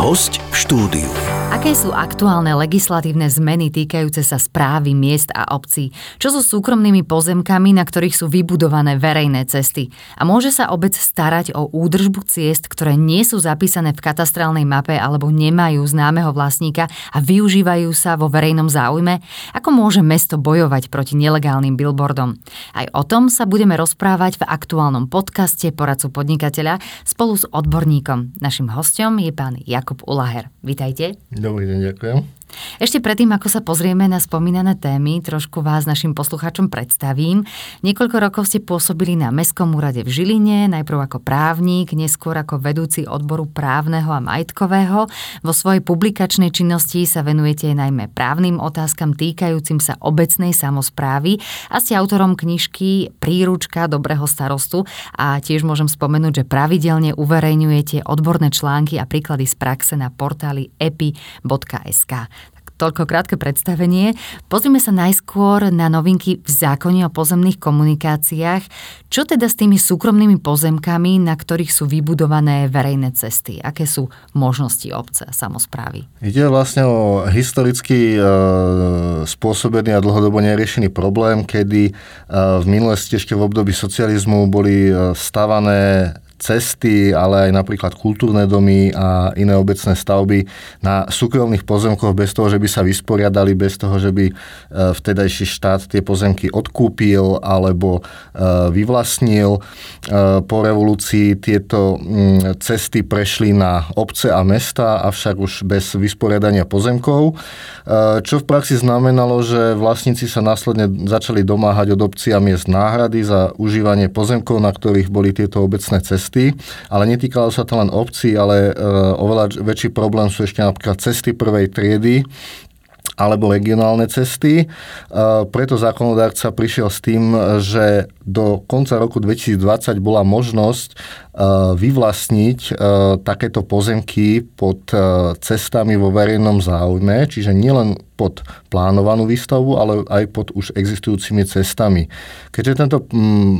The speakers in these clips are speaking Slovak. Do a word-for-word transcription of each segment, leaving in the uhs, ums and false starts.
Hosť v štúdiu. Aké sú aktuálne legislatívne zmeny týkajúce sa správy miest a obcí? Čo so súkromnými pozemkami, na ktorých sú vybudované verejné cesty? A môže sa obec starať o údržbu ciest, ktoré nie sú zapísané v katastrálnej mape alebo nemajú známeho vlastníka a využívajú sa vo verejnom záujme? Ako môže mesto bojovať proti nelegálnym billboardom? Aj o tom sa budeme rozprávať v aktuálnom podcaste Poradcu podnikateľa spolu s odborníkom. Naším hosťom je pán Jakub Ulaher. Vítajte. Dobrý deň, ďakujem. Ešte predtým, ako sa pozrieme na spomínané témy, trošku vás našim poslucháčom predstavím. Niekoľko rokov ste pôsobili na Mestskom úrade v Žiline, najprv ako právnik, neskôr ako vedúci odboru právneho a majetkového. Vo svojej publikačnej činnosti sa venujete najmä právnym otázkam týkajúcim sa obecnej samosprávy a ste autorom knižky Príručka dobrého starostu a tiež môžem spomenúť, že pravidelne uverejňujete odborné články a príklady z praxe na portáli e p i bodka es ká. Toľko krátke predstavenie. Pozrime sa najskôr na novinky v zákone o pozemných komunikáciách. Čo teda s tými súkromnými pozemkami, na ktorých sú vybudované verejné cesty? Aké sú možnosti obce a samosprávy? Ide vlastne o historicky e, spôsobený a dlhodobo neriešený problém, kedy e, v minulosti ešte v období socializmu boli e, stavané cesty, ale aj napríklad kultúrne domy a iné obecné stavby na súkromných pozemkoch bez toho, že by sa vysporiadali, bez toho, že by vtedajší štát tie pozemky odkúpil alebo vyvlastnil. Po revolúcii tieto cesty prešli na obce a mesta, avšak už bez vysporiadania pozemkov, čo v praxi znamenalo, že vlastníci sa následne začali domáhať od obcí a miest náhrady za užívanie pozemkov, na ktorých boli tieto obecné cesty. Ale netýkalo sa to len obcí, ale e, oveľa väčší problém sú ešte napríklad cesty prvej triedy alebo regionálne cesty. E, preto zákonodárca prišiel s tým, že do konca roku dvetisícdvadsať bola možnosť e, vyvlastniť e, takéto pozemky pod e, cestami vo verejnom záujme, čiže nielen pod plánovanú výstavbu, ale aj pod už existujúcimi cestami. Keďže tento mm,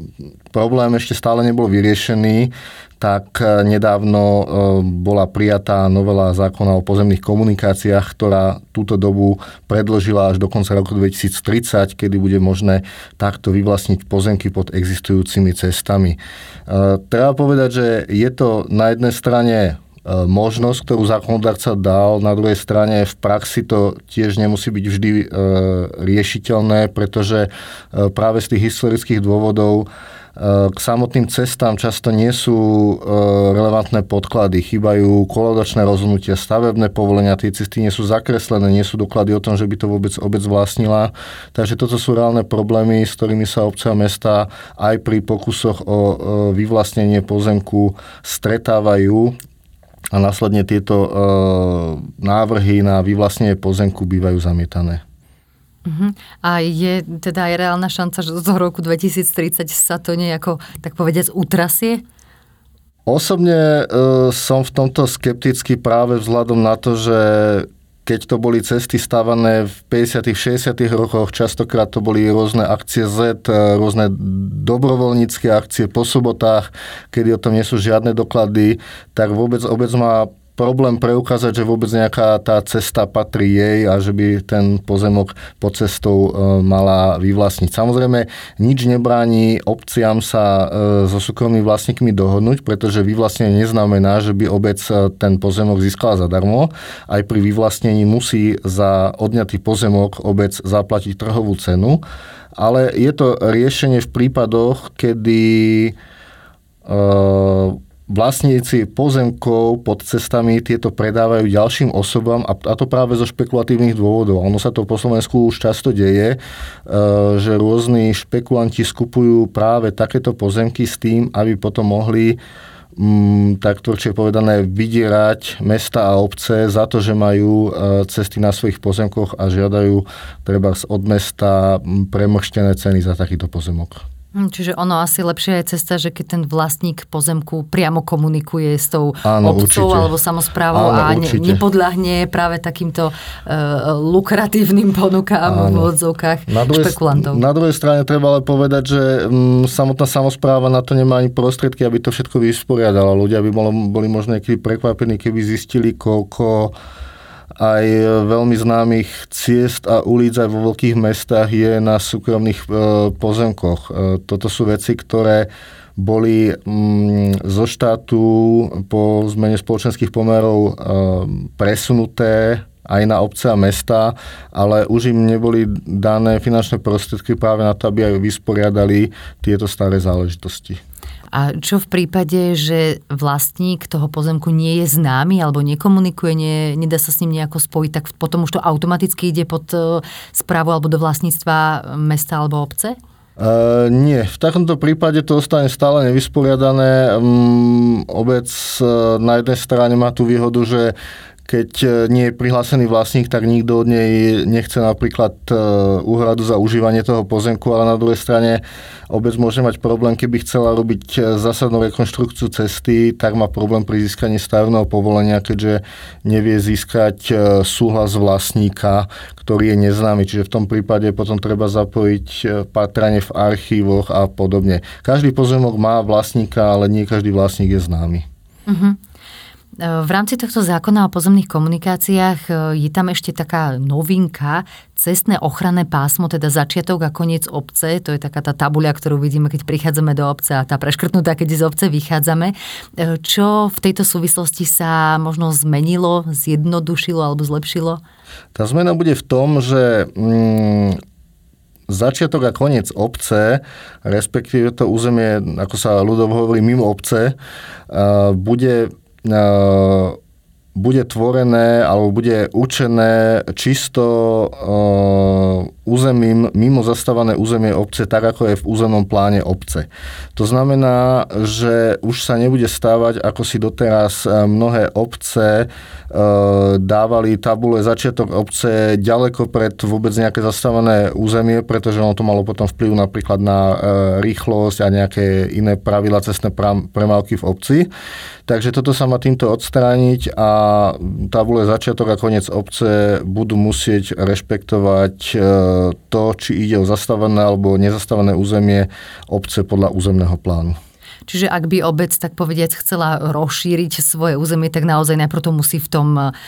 problém ešte stále nebol vyriešený, tak nedávno bola prijatá novela zákona o pozemných komunikáciách, ktorá túto dobu predĺžila až do konca roku dvetisíctridsať, kedy bude možné takto vyvlastniť pozemky pod existujúcimi cestami. Treba povedať, že je to na jednej strane možnosť, ktorú zákonodárca dal, na druhej strane v praxi to tiež nemusí byť vždy e, riešiteľné, pretože e, práve z tých historických dôvodov e, k samotným cestám často nie sú e, relevantné podklady, chýbajú kolaudačné rozhodnutia, stavebné povolenia, tie cesty nie sú zakreslené, nie sú doklady o tom, že by to vôbec obec vlastnila. Takže toto sú reálne problémy, s ktorými sa obce a mestá aj pri pokusoch o e, vyvlastnenie pozemku stretávajú. A následne tieto e, návrhy na vyvlastnenie pozemku bývajú zamietané. Uh-huh. A je teda aj reálna šanca, že do roku dvetisíctridsať sa to nejako, tak povediac, utrasie? Osobne e, som v tomto skeptický práve vzhľadom na to, že keď to boli cesty stávané v päťdesiatych, šesťdesiatych rokoch, častokrát to boli rôzne akcie Z, rôzne dobrovoľnícke akcie po sobotách, kedy o tom nie sú žiadne doklady, tak vôbec obec má problém preukázať, že vôbec nejaká tá cesta patrí jej a že by ten pozemok pod cestou mala vyvlastniť. Samozrejme, nič nebráni obciam sa so súkromnými vlastníkmi dohodnúť, pretože vyvlastnenie neznamená, že by obec ten pozemok získala zadarmo. Aj pri vyvlastnení musí za odňatý pozemok obec zaplatiť trhovú cenu, ale je to riešenie v prípadoch, kedy uh, vlastníci pozemkov pod cestami tieto predávajú ďalším osobám a to práve zo špekulatívnych dôvodov. Ono sa to po Slovensku už často deje, že rôzni špekulanti skupujú práve takéto pozemky s tým, aby potom mohli tak tvrdšie povedané vydierať mesta a obce za to, že majú cesty na svojich pozemkoch a žiadajú treba od mesta premrštené ceny za takýto pozemok. Čiže ono asi lepšia je cesta, že keď ten vlastník pozemku priamo komunikuje s tou Áno, obcov určite. alebo samosprávou Áno, a ne, nepodľahne práve takýmto uh, lukratívnym ponukám v odzovkách špekulantov. Na druhej strane treba ale povedať, že m, samotná samospráva na to nemá ani prostriedky, aby to všetko vysporiadala. Ľudia by bolo, boli možno niekedy prekvapení, keby zistili, koľko aj veľmi známych ciest a ulic aj vo veľkých mestách je na súkromných e, pozemkoch. E, toto sú veci, ktoré boli mm, zo štátu po zmene spoločenských pomerov e, presunuté aj na obce a mesta, ale už im neboli dané finančné prostriedky práve na to, aby aj vysporiadali tieto staré záležitosti. A čo v prípade, že vlastník toho pozemku nie je známy alebo nekomunikuje, nie, nedá sa s ním nejako spojiť, tak potom už to automaticky ide pod správu alebo do vlastníctva mesta alebo obce? Uh, nie, v takomto prípade to ostane stále nevysporiadané. Um, obec uh, na jednej strane má tú výhodu, že keď nie je prihlásený vlastník, tak nikto od nej nechce napríklad úhradu za užívanie toho pozemku, ale na druhej strane obec môže mať problém, keby chcela robiť zásadnú rekonštrukciu cesty, tak má problém pri získaní stavebného povolenia, keďže nevie získať súhlas vlastníka, ktorý je neznámy. Čiže v tom prípade potom treba zapojiť pátranie v archívoch a podobne. Každý pozemok má vlastníka, ale nie každý vlastník je známy. Uh-huh. V rámci tohto zákona o pozemných komunikáciách je tam ešte taká novinka, cestné ochranné pásmo, teda začiatok a koniec obce, to je taká tá tabuľa, ktorú vidíme, keď prichádzame do obce a tá preškrtnutá, keď z obce vychádzame. Čo v tejto súvislosti sa možno zmenilo, zjednodušilo alebo zlepšilo? Tá zmena bude v tom, že mm, začiatok a koniec obce, respektíve to územie, ako sa ľudovo hovorí, mimo obce, bude bude tvorené alebo bude určené čisto územím, mimo zastávané územie obce, tak ako je v územnom pláne obce. To znamená, že už sa nebude stávať, ako si doteraz mnohé obce dávali tabule začiatok obce ďaleko pred vôbec nejaké zastávané územie, pretože ono to malo potom vplyv napríklad na rýchlosť a nejaké iné pravidlá cestné premávky v obci. Takže toto sa má týmto odstrániť a tabule začiatok a koniec obce budú musieť rešpektovať to, či ide o zastávané alebo nezastavené územie obce podľa územného plánu. Čiže ak by obec, tak povediac, chcela rozšíriť svoje územie, tak naozaj najprv to musí v tom uh,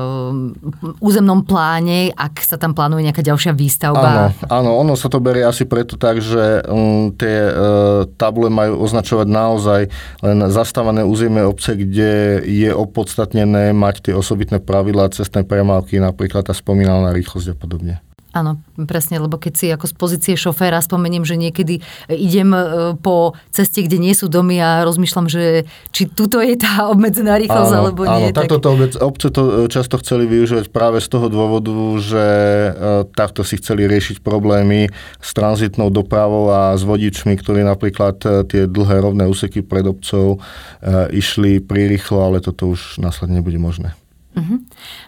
územnom pláne, ak sa tam plánuje nejaká ďalšia výstavba. Áno, áno, ono sa to berie asi preto tak, že um, tie uh, tabule majú označovať naozaj len zastávané územie obce, kde je opodstatnené mať tie osobitné pravidlá cestnej premávky, napríklad tá spomínaná rýchlosť a podobne. Áno, presne, lebo keď si ako z pozície šoféra spomeniem, že niekedy idem po ceste, kde nie sú domy a rozmýšľam, že či tuto je tá obmedzená rýchlosť, áno, alebo nie. Áno, takto to obec, obce to často chceli využívať práve z toho dôvodu, že takto si chceli riešiť problémy s tranzitnou dopravou a s vodičmi, ktorí napríklad tie dlhé rovné úseky pred obcov išli prirýchlo, ale toto už následne nebude možné. Uh-huh.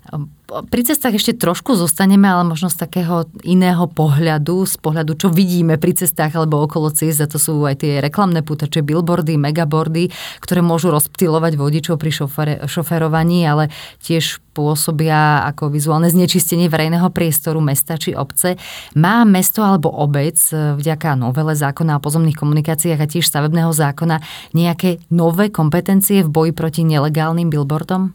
Pri cestách ešte trošku zostaneme, ale možno z takého iného pohľadu, z pohľadu, čo vidíme pri cestách alebo okolo ciest, a to sú aj tie reklamné pútače, billboardy, megaboardy, ktoré môžu rozptýlovať vodičov pri šofére, šoférovaní, ale tiež pôsobia ako vizuálne znečistenie verejného priestoru mesta či obce. Má mesto alebo obec vďaka novele zákona o pozemných komunikáciách a tiež stavebného zákona nejaké nové kompetencie v boji proti nelegálnym billboardom?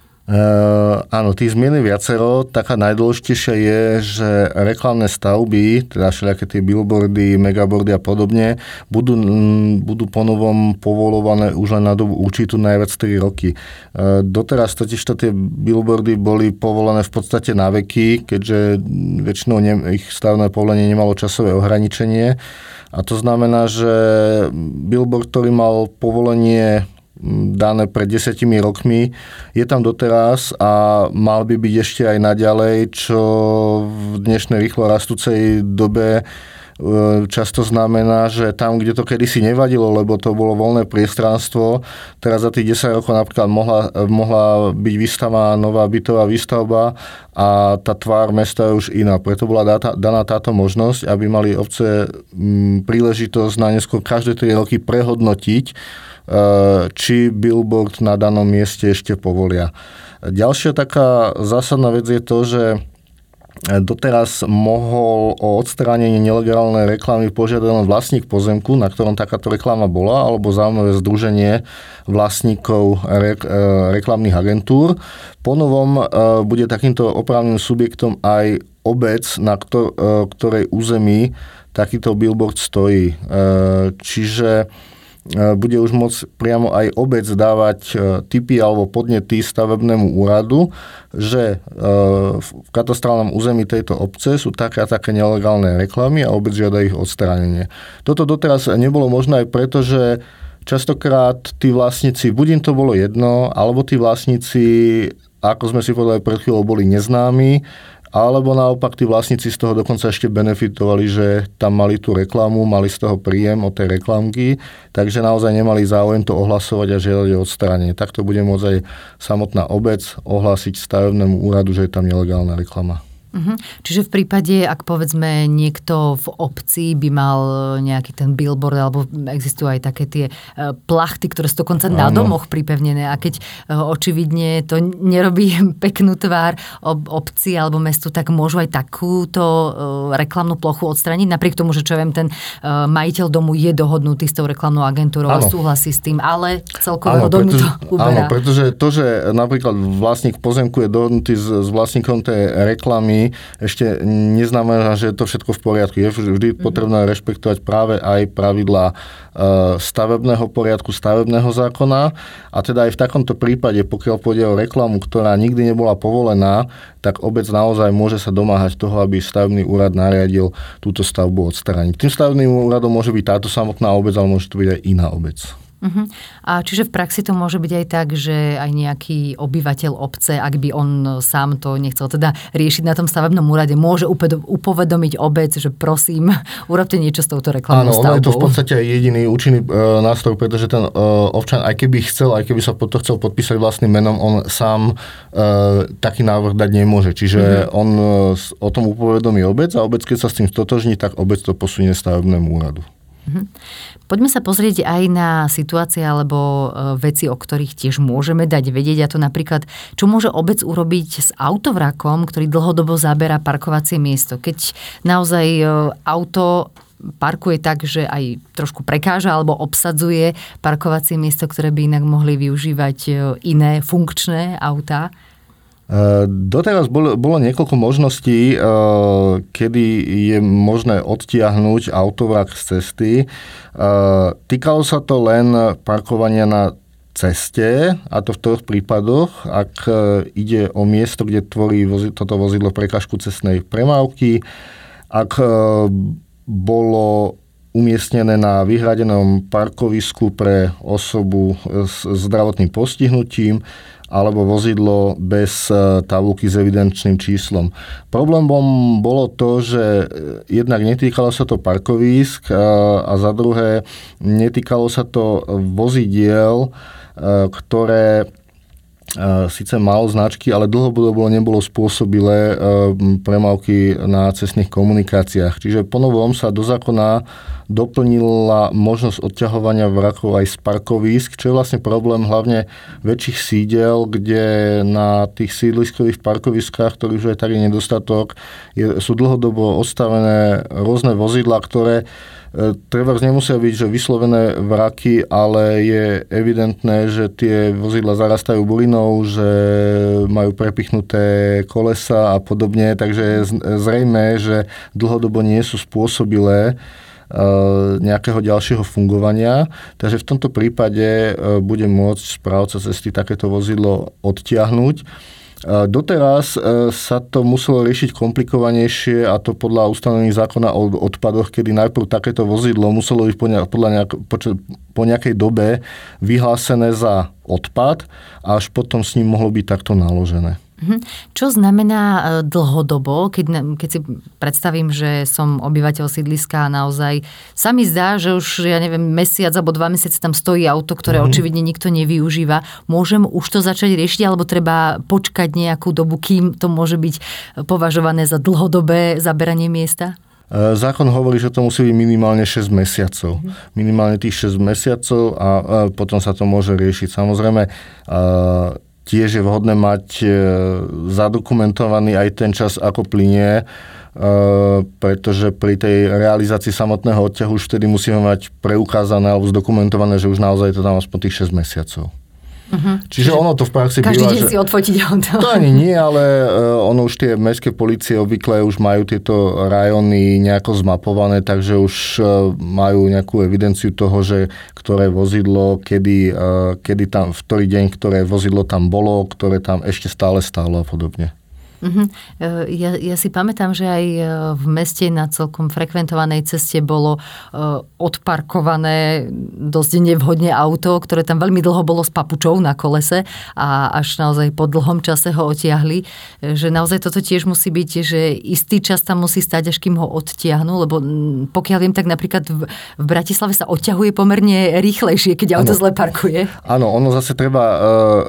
Uh, áno, tých zmien je viacero. Taká najdôležitejšia je, že reklamné stavby, teda všelijaké tie billboardy, megaboardy a podobne, budú, m, budú ponovom povolované už len na dobu určitú, najviac tri roky. Uh, doteraz totižto tie billboardy boli povolené v podstate na veky, keďže väčšinou ne, ich stavebné povolenie nemalo časové ohraničenie. A to znamená, že billboard, ktorý mal povolenie dané pred desiatimi rokmi, je tam doteraz a mal by byť ešte aj naďalej, čo v dnešnej rýchlo rastúcej dobe často znamená, že tam, kde to kedysi nevadilo, lebo to bolo voľné priestranstvo, teraz za tých desať rokov napríklad mohla, mohla byť vystavaná nová bytová výstavba a tá tvár mesta je už iná. Preto bola dáta, daná táto možnosť, aby mali obce m, príležitosť na neskôr každé tri roky prehodnotiť, či billboard na danom mieste ešte povolia. Ďalšia taká zásadná vec je to, že doteraz mohol o odstránenie nelegálnej reklamy požiadať len vlastník pozemku, na ktorom takáto reklama bola, alebo zaujímavé združenie vlastníkov rek- reklamných agentúr. Po novom bude takýmto oprávnym subjektom aj obec, na ktor- ktorej území takýto billboard stojí. Čiže bude už môcť priamo aj obec dávať tipy alebo podnety stavebnému úradu, že v katastrálnom území tejto obce sú také a také nelegálne reklamy a obec žiada ich odstránenie. Toto doteraz nebolo možné aj preto, že častokrát tí vlastníci, buď im to bolo jedno, alebo tí vlastníci, ako sme si povedali pred chvíľou, boli neznámi, alebo naopak tí vlastníci z toho dokonca ešte benefitovali, že tam mali tú reklamu, mali z toho príjem od tej reklamky, takže naozaj nemali záujem to ohlasovať a žiadať o odstránenie. Takto bude môcť aj samotná obec ohlásiť stavebnému úradu, že je tam nelegálna reklama. Uh-huh. Čiže v prípade, ak povedzme niekto v obci by mal nejaký ten billboard, alebo existujú aj také tie plachty, ktoré sú dokonca na domoch pripevnené a keď očividne to nerobí peknú tvár ob- obci alebo mestu, tak môžu aj takúto reklamnú plochu odstrániť, napriek tomu, že čo viem, ten majiteľ domu je dohodnutý s tou reklamnou agentúrou a súhlasí s tým, ale celkového domu to uberá. Áno, pretože to, že napríklad vlastník pozemku je dohodnutý s, s vlastníkom tej reklamy, ešte neznamená, že je to všetko v poriadku. Je vždy potrebné rešpektovať práve aj pravidlá stavebného poriadku, stavebného zákona a teda aj v takomto prípade, pokiaľ pôjde o reklamu, ktorá nikdy nebola povolená, tak obec naozaj môže sa domáhať toho, aby stavebný úrad nariadil túto stavbu odstrániť. Tým stavebným úradom môže byť táto samotná obec, ale môže to byť aj iná obec. Uh-huh. A čiže v praxi to môže byť aj tak, že aj nejaký obyvateľ obce, ak by on sám to nechcel teda riešiť na tom stavebnom úrade, môže upovedomiť obec, že prosím, urobte niečo s touto reklamnou stavbou. Áno, ono je to v podstate aj jediný účinný e, nástroj, pretože ten e, občan, aj keby chcel, aj keby sa pod to chcel podpísať vlastným menom, on sám e, taký návrh dať nemôže. Čiže uh-huh. on e, o tom upovedomí obec a obec, keď sa s tým stotožní, tak obec to posunie stavebnému úradu. Poďme sa pozrieť aj na situácie alebo veci, o ktorých tiež môžeme dať vedieť, a to napríklad, čo môže obec urobiť s autovrakom, ktorý dlhodobo zaberá parkovacie miesto. Keď naozaj auto parkuje tak, že aj trošku prekáža alebo obsadzuje parkovacie miesto, ktoré by inak mohli využívať iné funkčné autá. Doteraz bolo, bolo niekoľko možností, kedy je možné odtiahnuť autovrak z cesty. Týkalo sa to len parkovania na ceste, a to v troch prípadoch, ak ide o miesto, kde tvorí toto vozidlo prekážku cestnej premávky, ak bolo umiestnené na vyhradenom parkovisku pre osobu s zdravotným postihnutím, alebo vozidlo bez tabuľky s evidenčným číslom. Problémom bolo to, že jednak netýkalo sa to parkovísk a za druhé netýkalo sa to vozidiel, ktoré síce malo značky, ale dlhodobo nebolo spôsobilé premávky na cestných komunikáciách. Čiže ponovom sa do zákona doplnila možnosť odťahovania vrakov aj z parkovísk, čo je vlastne problém hlavne väčších sídel, kde na tých sídliskových parkoviskách, ktorých už aj tak je nedostatok, je, sú dlhodobo odstavené rôzne vozidlá, ktoré treba nemusia byť, že vyslovené vraky, ale je evidentné, že tie vozidla zarastajú burinou, že majú prepichnuté kolesa a podobne, takže je zrejmé, že dlhodobo nie sú spôsobilé nejakého ďalšieho fungovania. Takže v tomto prípade bude môcť správca cesty takéto vozidlo odtiahnuť. Doteraz sa to muselo riešiť komplikovanejšie, a to podľa ustanovení zákona o odpadoch, kedy najprv takéto vozidlo muselo byť po, nejak, podľa nejak, po, po nejakej dobe vyhlásené za odpad a až potom s ním mohlo byť takto naložené. Čo znamená dlhodobo, keď, keď si predstavím, že som obyvateľ sídliska a naozaj sa mi zdá, že už, ja neviem, mesiac alebo dva mesiace tam stojí auto, ktoré mm. očividne nikto nevyužíva. Môžem už to začať riešiť, alebo treba počkať nejakú dobu, kým to môže byť považované za dlhodobé zaberanie miesta? Zákon hovorí, že to musí byť minimálne šesť mesiacov. Mm. Minimálne tých šesť mesiacov a potom sa to môže riešiť. Samozrejme, tiež je vhodné mať zadokumentovaný aj ten čas, ako plynie, pretože pri tej realizácii samotného odťahu už vtedy musíme mať preukázané alebo zdokumentované, že už naozaj to tam aspoň tých šesť mesiacov. Uh-huh. Čiže ono to v praxi každý býva, deň že... si odfotiť auto. To ani nie, ale ono už tie mestské polície obvykle už majú tieto rajóny nejako zmapované, takže už majú nejakú evidenciu toho, že ktoré vozidlo, kedy, kedy tam, v ktorý deň, ktoré vozidlo tam bolo, ktoré tam ešte stále stálo a podobne. Uh-huh. Ja, ja si pamätám, že aj v meste na celkom frekventovanej ceste bolo uh, odparkované dosť nevhodne auto, ktoré tam veľmi dlho bolo s papučou na kolese a až naozaj po dlhom čase ho otiahli. Že naozaj toto tiež musí byť, že istý čas tam musí stať, až kým ho odtiahnu, lebo pokiaľ viem, tak napríklad v, v Bratislave sa odťahuje pomerne rýchlejšie, keď auto ano. Zle parkuje. Áno, ono zase treba uh, uh,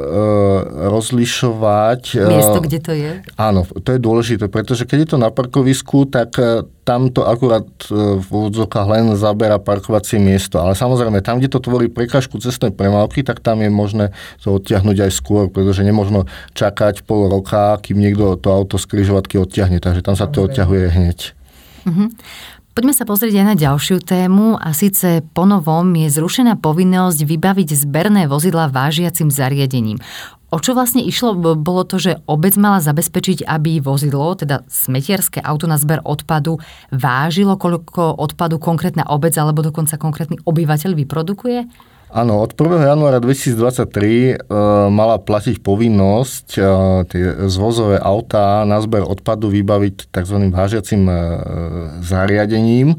rozlišovať. Uh, Miesto, kde to je? Áno, to je dôležité, pretože keď je to na parkovisku, tak tam to akurát v úvodzovkách len zabera parkovacie miesto. Ale samozrejme, tam, kde to tvorí prekážku cestnej premávky, tak tam je možné to odtiahnuť aj skôr, pretože nemožno čakať pol roka, kým niekto to auto z križovatky odtiahne. Takže tam sa to odťahuje hneď. Mhm. Poďme sa pozrieť aj na ďalšiu tému a síce ponovom je zrušená povinnosť vybaviť zberné vozidlá vážiacim zariadením. O čo vlastne išlo? Bolo to, že obec mala zabezpečiť, aby vozidlo, teda smetiarske auto na zber odpadu, vážilo, koľko odpadu konkrétna obec alebo dokonca konkrétny obyvateľ vyprodukuje? Áno, od prvého januára dvetisícdvadsaťtri e, mala platiť povinnosť e, tie zvozové autá na zber odpadu vybaviť tzv. Vážiacim e, zariadením,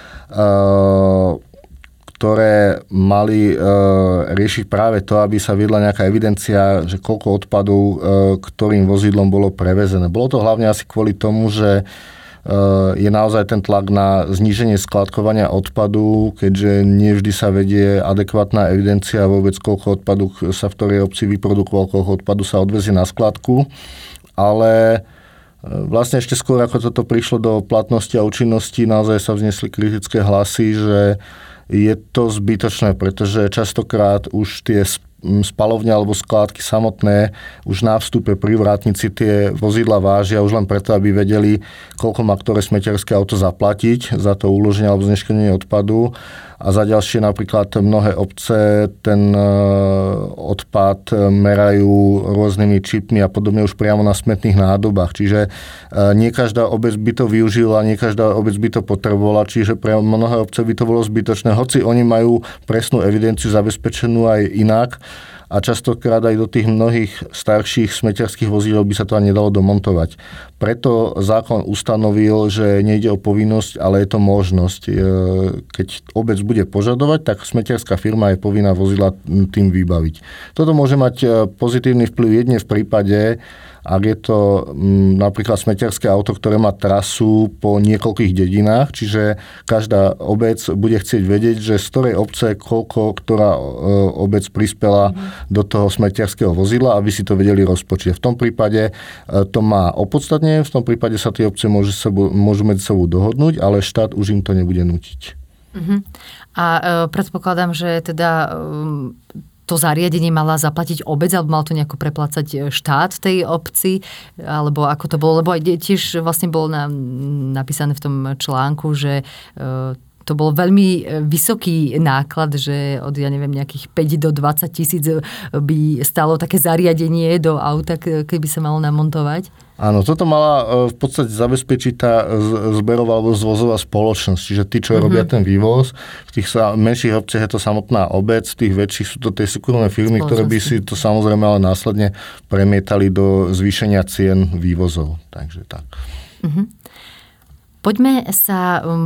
e, ktoré mali e, riešiť práve to, aby sa viedla nejaká evidencia, že koľko odpadu e, ktorým vozidlom bolo prevezené. Bolo to hlavne asi kvôli tomu, že e, je naozaj ten tlak na zníženie skladkovania odpadu, keďže nevždy sa vedie adekvátna evidencia vôbec, koľko odpadu sa v ktorej obci vyprodukoval, koľko odpadu sa odvezie na skladku. Ale vlastne ešte skôr, ako toto prišlo do platnosti a účinnosti, naozaj sa vznesli kritické hlasy, že je to zbytočné, pretože častokrát už tie spalovne alebo skládky samotné už na vstupe pri vrátnici tie vozidla vážia už len preto, aby vedeli, koľko má ktoré smetiarské auto zaplatiť za to uloženie alebo zneškodnenie odpadu. A za ďalšie napríklad mnohé obce ten odpad merajú rôznymi čipmi a podobne už priamo na smetných nádobách. Čiže nie každá obec by to využila, nie každá obec by to potrebovala, čiže pre mnohé obce by to bolo zbytočné. Hoci oni majú presnú evidenciu zabezpečenú aj inak, a častokrát aj do tých mnohých starších smetiarských vozidel by sa to ani nedalo domontovať. Preto zákon ustanovil, že nejde o povinnosť, ale je to možnosť. Keď obec bude požadovať, tak smetiarská firma je povinná vozidla tým vybaviť. Toto môže mať pozitívny vplyv jedine v prípade, ak je to napríklad smetiarské auto, ktoré má trasu po niekoľkých dedinách, čiže každá obec bude chcieť vedieť, že z ktorej obce koľko, ktorá obec prispela mm. do toho smetiarského vozidla, aby si to vedeli rozpočítať. V tom prípade to má opodstatnenie, v tom prípade sa tie obce môžu, sebou, môžu medzi sebou dohodnúť, ale štát už im to nebude nútiť. Mm-hmm. A e, predpokladám, že teda e, to zariadenie mala zaplatiť obec, alebo mal to nejako preplácať štát tej obci, alebo ako to bolo, lebo aj tiež vlastne bolo na, napísané v tom článku, že e, to bol veľmi vysoký náklad, že od, ja neviem, nejakých päť do dvadsať tisíc by stalo také zariadenie do auta, keby sa malo namontovať. Áno, toto mala v podstate zabezpečiť tá zberová alebo zvozová spoločnosť. Čiže tí, čo mm-hmm. robia ten vývoz, v tých menších obciach je to samotná obec, v tých väčších sú to tie súkromné firmy, ktoré by si to samozrejme ale následne premietali do zvýšenia cien vývozov. Takže tak. Mm-hmm. Poďme sa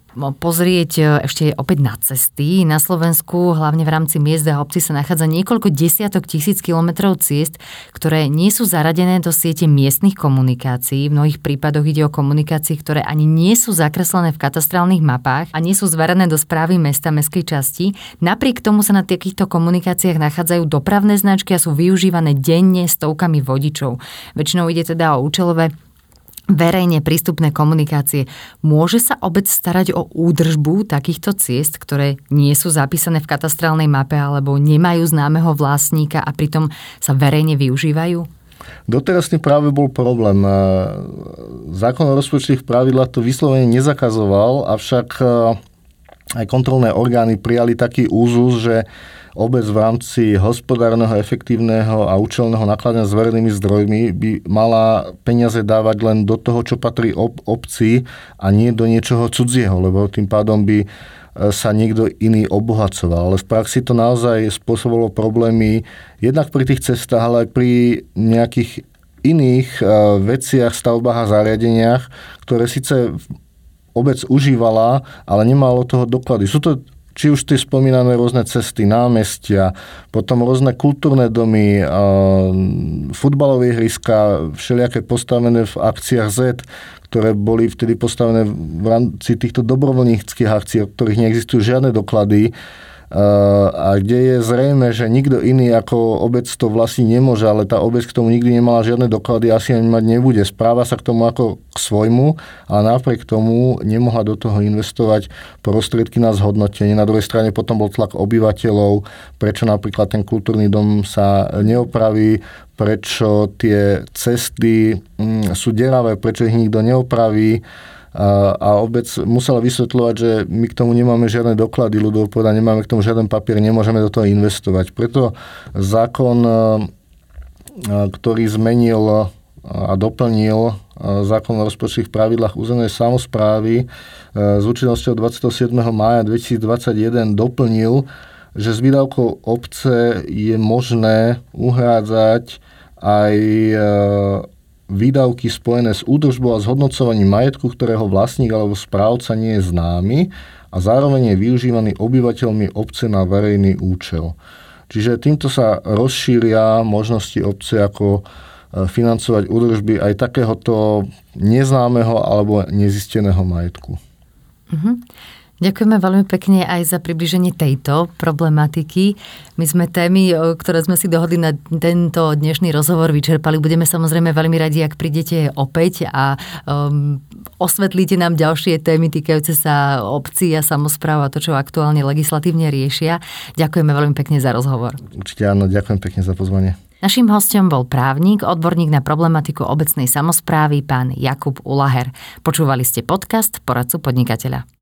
pozrieť ešte opäť na cesty. Na Slovensku, hlavne v rámci miest a obcí, sa nachádza niekoľko desiatok tisíc kilometrov ciest, ktoré nie sú zaradené do siete miestnych komunikácií. V mnohých prípadoch ide o komunikácie, ktoré ani nie sú zakreslené v katastrálnych mapách a nie sú zverené do správy mesta, mestskej časti. Napriek tomu sa na takýchto komunikáciách nachádzajú dopravné značky a sú využívané denne stovkami vodičov. Väčšinou ide teda o účelové verejne prístupné komunikácie. Môže sa obec starať o údržbu takýchto ciest, ktoré nie sú zapísané v katastrálnej mape alebo nemajú známeho vlastníka a pritom sa verejne využívajú? Doteraz tým práve bol problém. Zákon o rozpočtových pravidlách to vyslovene nezakazoval, avšak aj kontrolné orgány prijali taký úzus, že obec v rámci hospodárneho, efektívneho a účelného nakladania s verejnými zdrojmi by mala peniaze dávať len do toho, čo patrí ob- obci a nie do niečoho cudzieho, lebo tým pádom by sa niekto iný obohacoval. Ale v praxi to naozaj spôsobilo problémy jednak pri tých cestách, ale aj pri nejakých iných veciach, stavbách a zariadeniach, ktoré síce obec užívala, ale nemalo toho doklady. Sú to či už tie spomínané rôzne cesty, námestia, potom rôzne kultúrne domy, futbalové ihriska, všelijaké postavené v akciách Z, ktoré boli vtedy postavené v rámci týchto dobrovoľníckych akcií, o ktorých neexistujú žiadne doklady, a kde je zrejme, že nikto iný ako obec to vlastne nemôže, ale tá obec k tomu nikdy nemala žiadne doklady, asi ani mať nebude. Správa sa k tomu ako k svojmu, ale napriek tomu nemohla do toho investovať prostriedky na zhodnotenie. Na druhej strane potom bol tlak obyvateľov, prečo napríklad ten kultúrny dom sa neopraví, prečo tie cesty sú deravé, prečo ich nikto neopraví. A, a obec musela vysvetľovať, že my k tomu nemáme žiadne doklady, ľudovo povedať, nemáme k tomu žiaden papier, nemôžeme do toho investovať. Preto zákon, ktorý zmenil a doplnil zákon o rozpočtových pravidlách územnej samosprávy s účinnosťou dvadsiateho siedmeho mája dvetisícdvadsaťjeden doplnil, že s výdavkou obce je možné uhrádzať aj výdavky spojené s údržbou a zhodnocovaním majetku, ktorého vlastník alebo správca nie je známy a zároveň je využívaný obyvateľmi obce na verejný účel. Čiže týmto sa rozšíria možnosti obce, ako financovať údržby aj takéhoto neznámeho alebo nezisteného majetku. Mhm. Ďakujeme veľmi pekne aj za približenie tejto problematiky. My sme témy, ktoré sme si dohodli na tento dnešný rozhovor, vyčerpali. Budeme samozrejme veľmi radi, ak prídete opäť a um, osvetlíte nám ďalšie témy týkajúce sa obcí a samospráv a to, čo aktuálne legislatívne riešia. Ďakujeme veľmi pekne za rozhovor. Určite áno, ďakujem pekne za pozvanie. Naším hosťom bol právnik, odborník na problematiku obecnej samosprávy, pán Jakub Ulaher. Počúvali ste podcast Poradcu podnikateľa.